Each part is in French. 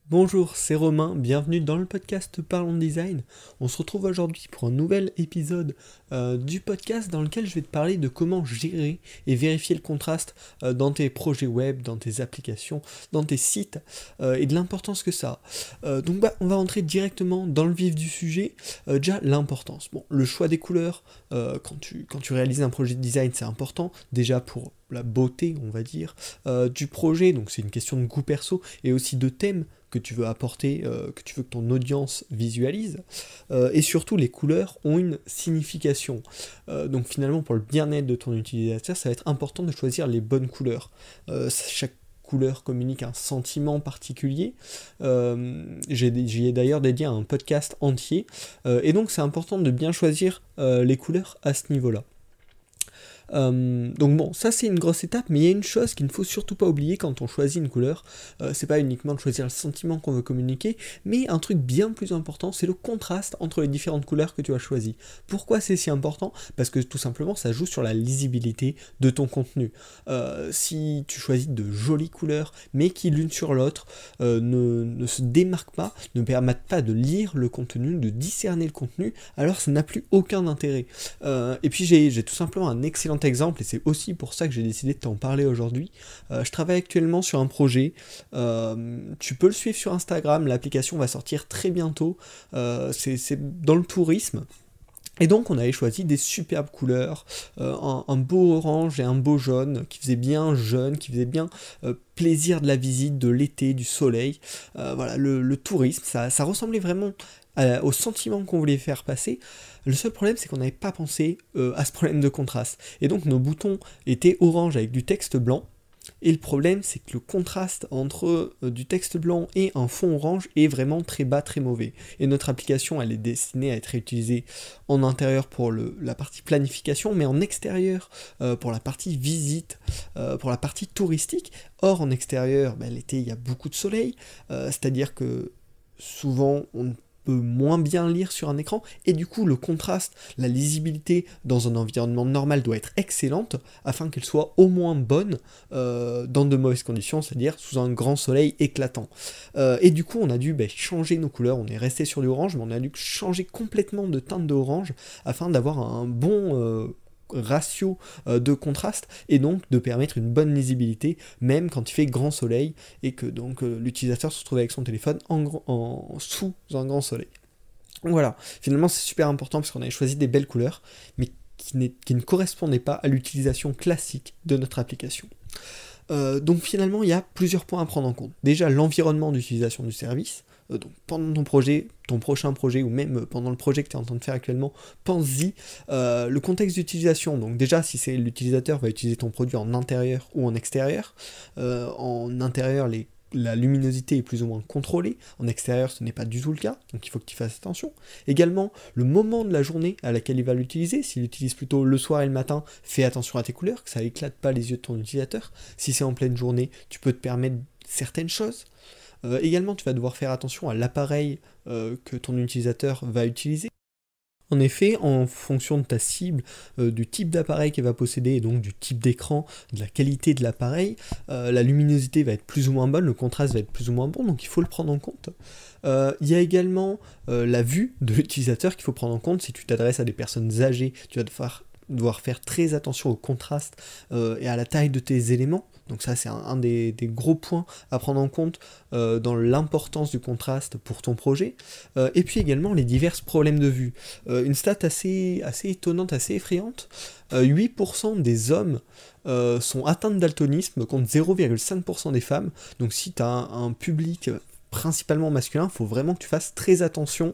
Bonjour, c'est Romain, bienvenue dans le podcast Parlons Design. On se retrouve aujourd'hui pour un nouvel épisode du podcast dans lequel je vais te parler de comment gérer et vérifier le contraste dans tes projets web, dans tes applications, dans tes sites et de l'importance que ça a. On va entrer directement dans le vif du sujet. Déjà, l'importance. Bon, le choix des couleurs, quand tu réalises un projet de design, c'est important, déjà pour la beauté, on va dire, du projet, donc c'est une question de goût perso, et aussi de thème que tu veux apporter, que tu veux que ton audience visualise, et surtout les couleurs ont une signification. Donc finalement pour le bien-être de ton utilisateur, ça va être important de choisir les bonnes couleurs. Chaque couleur communique un sentiment particulier. J'y ai d'ailleurs dédié un podcast entier, et donc c'est important de bien choisir les couleurs à ce niveau-là. Donc bon, ça c'est une grosse étape, mais il y a une chose qu'il ne faut surtout pas oublier quand on choisit une couleur, c'est pas uniquement de choisir le sentiment qu'on veut communiquer, mais un truc bien plus important, c'est le contraste entre les différentes couleurs que tu as choisies. Pourquoi c'est si important ? Parce que tout simplement ça joue sur la lisibilité de ton contenu. Si tu choisis de jolies couleurs, mais qui l'une sur l'autre ne se démarquent pas, ne permettent pas de lire le contenu, de discerner le contenu, alors ça n'a plus aucun intérêt. Et puis j'ai tout simplement un excellent exemple, et c'est aussi pour ça que j'ai décidé de t'en parler aujourd'hui. Je travaille actuellement sur un projet, tu peux le suivre sur Instagram, l'application va sortir très bientôt, c'est dans le tourisme. Et donc on avait choisi des superbes couleurs, un beau orange et un beau jaune, qui faisait bien jeune, qui faisait bien plaisir de la visite, de l'été, du soleil. Voilà, le tourisme, ça ressemblait vraiment au sentiment qu'on voulait faire passer. Le seul problème, c'est qu'on n'avait pas pensé à ce problème de contraste. Et donc nos boutons étaient orange avec du texte blanc. Et le problème, c'est que le contraste entre du texte blanc et un fond orange est vraiment très bas, très mauvais. Et notre application, elle est destinée à être utilisée en intérieur pour la partie planification, mais en extérieur pour la partie visite, pour la partie touristique. Or, en extérieur, l'été, il y a beaucoup de soleil, c'est-à-dire que souvent, on ne peut moins bien lire sur un écran, et du coup le contraste, la lisibilité dans un environnement normal doit être excellente, afin qu'elle soit au moins bonne dans de mauvaises conditions, c'est-à-dire sous un grand soleil éclatant. Et du coup on a dû changer nos couleurs, on est resté sur du orange, mais on a dû changer complètement de teinte d'orange, afin d'avoir un bon ratio de contraste et donc de permettre une bonne lisibilité même quand il fait grand soleil et que donc l'utilisateur se retrouve avec son téléphone sous un grand soleil. Donc voilà, finalement c'est super important parce qu'on avait choisi des belles couleurs mais qui ne correspondaient pas à l'utilisation classique de notre application. Donc finalement il y a plusieurs points à prendre en compte. Déjà l'environnement d'utilisation du service, donc pendant ton projet, ton prochain projet, ou même pendant le projet que tu es en train de faire actuellement, pense-y. Le contexte d'utilisation, donc déjà si c'est l'utilisateur va utiliser ton produit en intérieur ou en extérieur. En intérieur, la luminosité est plus ou moins contrôlée, en extérieur ce n'est pas du tout le cas, donc il faut que tu fasses attention. Également, le moment de la journée à laquelle il va l'utiliser, s'il l'utilise plutôt le soir et le matin, fais attention à tes couleurs, que ça éclate pas les yeux de ton utilisateur. Si c'est en pleine journée, tu peux te permettre certaines choses. Également, tu vas devoir faire attention à l'appareil que ton utilisateur va utiliser. En effet, en fonction de ta cible, du type d'appareil qu'elle va posséder et donc du type d'écran, de la qualité de l'appareil, la luminosité va être plus ou moins bonne, le contraste va être plus ou moins bon, donc il faut le prendre en compte. Il y a également la vue de l'utilisateur qu'il faut prendre en compte. Si tu t'adresses à des personnes âgées, tu vas devoir faire très attention au contraste et à la taille de tes éléments. Donc ça c'est un des gros points à prendre en compte dans l'importance du contraste pour ton projet. Et puis également les divers problèmes de vue. Une stat assez étonnante, assez effrayante, 8% des hommes sont atteints de daltonisme contre 0,5% des femmes. Donc si tu as un public principalement masculin, il faut vraiment que tu fasses très attention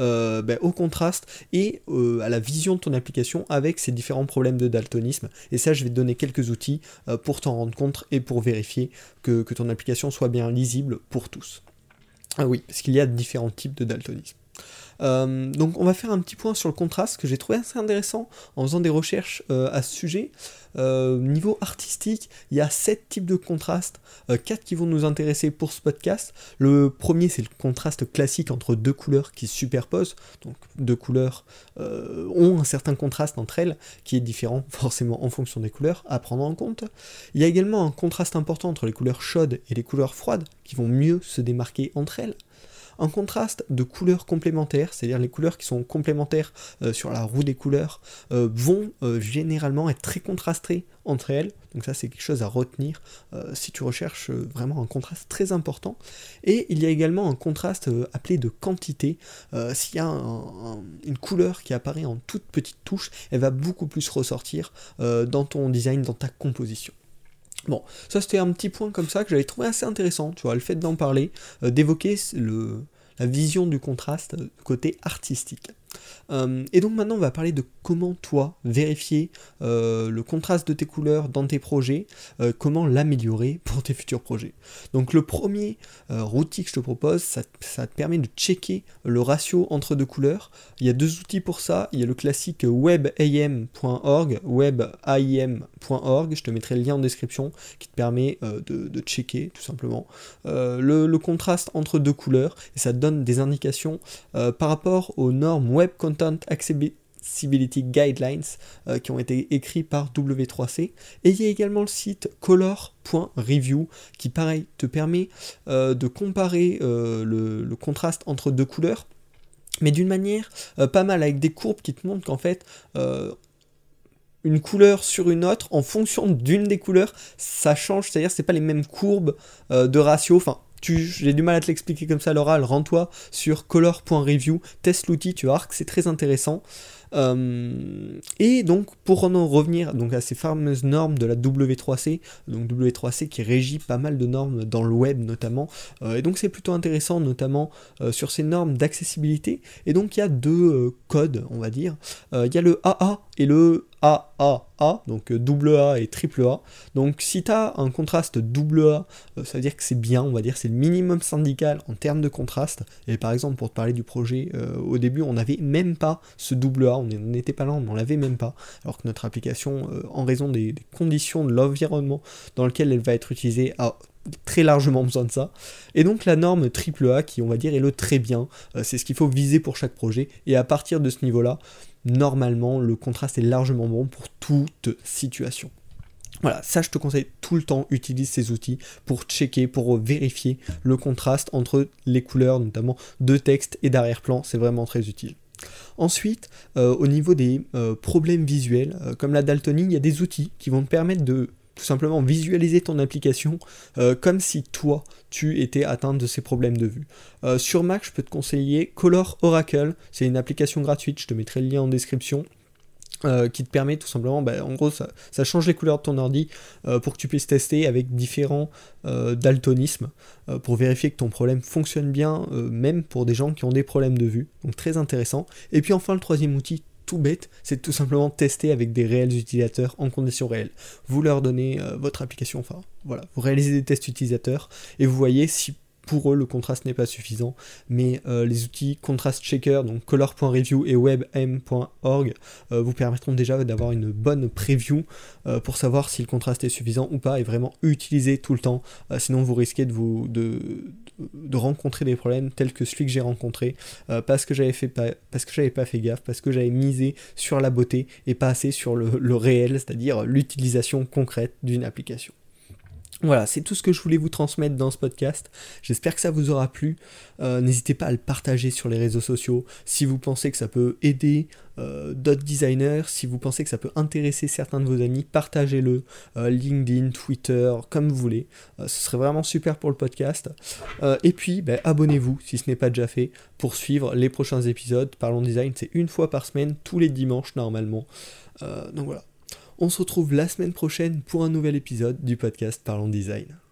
au contraste et à la vision de ton application avec ces différents problèmes de daltonisme. Et ça, je vais te donner quelques outils pour t'en rendre compte et pour vérifier que ton application soit bien lisible pour tous. Ah oui, parce qu'il y a différents types de daltonisme. Donc on va faire un petit point sur le contraste que j'ai trouvé assez intéressant en faisant des recherches à ce sujet. Niveau artistique, il y a 7 types de contrastes, 4 qui vont nous intéresser pour ce podcast. Le premier, c'est le contraste classique entre deux couleurs qui se superposent. Donc deux couleurs ont un certain contraste entre elles, qui est différent forcément en fonction des couleurs, à prendre en compte. Il y a également un contraste important entre les couleurs chaudes et les couleurs froides, qui vont mieux se démarquer entre elles. Un contraste de couleurs complémentaires, c'est-à-dire les couleurs qui sont complémentaires sur la roue des couleurs, vont généralement être très contrastées entre elles, donc ça c'est quelque chose à retenir si tu recherches vraiment un contraste très important. Et il y a également un contraste appelé de quantité. S'il y a une couleur qui apparaît en toute petite touche, elle va beaucoup plus ressortir dans ton design, dans ta composition. Bon, ça c'était un petit point comme ça que j'avais trouvé assez intéressant, tu vois, le fait d'en parler, d'évoquer la vision du contraste côté artistique. Et donc maintenant on va parler de comment toi vérifier le contraste de tes couleurs dans tes projets, comment l'améliorer pour tes futurs projets. Donc le premier outil que je te propose, ça te permet de checker le ratio entre deux couleurs. Il y a 2 outils pour ça, il y a le classique webam.org, je te mettrai le lien en description qui te permet de checker tout simplement le contraste entre deux couleurs, et ça te donne des indications par rapport aux normes Web Content Accessibility Guidelines qui ont été écrits par W3C. Et il y a également le site color.review qui pareil te permet de comparer le contraste entre deux couleurs, mais d'une manière pas mal, avec des courbes qui te montrent qu'en fait une couleur sur une autre, en fonction d'une des couleurs, ça change, c'est-à-dire c'est pas les mêmes courbes de ratio, enfin j'ai du mal à te l'expliquer comme ça à l'oral, rends-toi sur color.review, teste l'outil, tu vas voir que c'est très intéressant. Et donc pour en revenir donc à ces fameuses normes de la W3C, donc W3C qui régit pas mal de normes dans le web notamment, et donc c'est plutôt intéressant notamment sur ces normes d'accessibilité. Et donc il y a 2 codes, on va dire, il y a le AA et le AAA, donc double A et triple A. Donc si tu as un contraste double A, ça veut dire que c'est bien, on va dire c'est le minimum syndical en termes de contraste. Et par exemple pour te parler du projet, au début on n'avait même pas ce double A, on n'était pas là, on l'avait même pas, alors que notre application, en raison des conditions de l'environnement dans lequel elle va être utilisée, a très largement besoin de ça. Et donc la norme triple A qui on va dire est le très bien, c'est ce qu'il faut viser pour chaque projet, et à partir de ce niveau là, normalement le contraste est largement bon pour toute situation. Voilà, ça je te conseille tout le temps, utilise ces outils pour checker, pour vérifier le contraste entre les couleurs, notamment de texte et d'arrière-plan, c'est vraiment très utile. Ensuite, au niveau des problèmes visuels, comme la daltonie, il y a des outils qui vont te permettre de tout simplement visualiser ton application comme si toi tu étais atteint de ces problèmes de vue. Sur Mac, je peux te conseiller Color Oracle, c'est une application gratuite, je te mettrai le lien en description. Qui te permet tout simplement, en gros ça change les couleurs de ton ordi pour que tu puisses tester avec différents daltonismes pour vérifier que ton problème fonctionne bien, même pour des gens qui ont des problèmes de vue, donc très intéressant. Et puis enfin le troisième outil tout bête, c'est tout simplement tester avec des réels utilisateurs en conditions réelles. Vous leur donnez votre application, enfin voilà, vous réalisez des tests utilisateurs et vous voyez si pour eux le contraste n'est pas suffisant, mais les outils Contrast Checker, donc color.review et webam.org vous permettront déjà d'avoir une bonne preview pour savoir si le contraste est suffisant ou pas, et vraiment utiliser tout le temps, sinon vous risquez de rencontrer des problèmes tels que celui que j'ai rencontré parce que j'avais pas fait gaffe, parce que j'avais misé sur la beauté et pas assez sur le réel, c'est-à-dire l'utilisation concrète d'une application. Voilà, c'est tout ce que je voulais vous transmettre dans ce podcast. J'espère que ça vous aura plu. N'hésitez pas à le partager sur les réseaux sociaux. Si vous pensez que ça peut aider d'autres designers, si vous pensez que ça peut intéresser certains de vos amis, partagez-le. LinkedIn, Twitter, comme vous voulez. Ce serait vraiment super pour le podcast. Et puis, abonnez-vous si ce n'est pas déjà fait pour suivre les prochains épisodes. Parlons Design, c'est 1 fois par semaine, tous les dimanches normalement. Donc voilà. On se retrouve la semaine prochaine pour un nouvel épisode du podcast Parlons Design.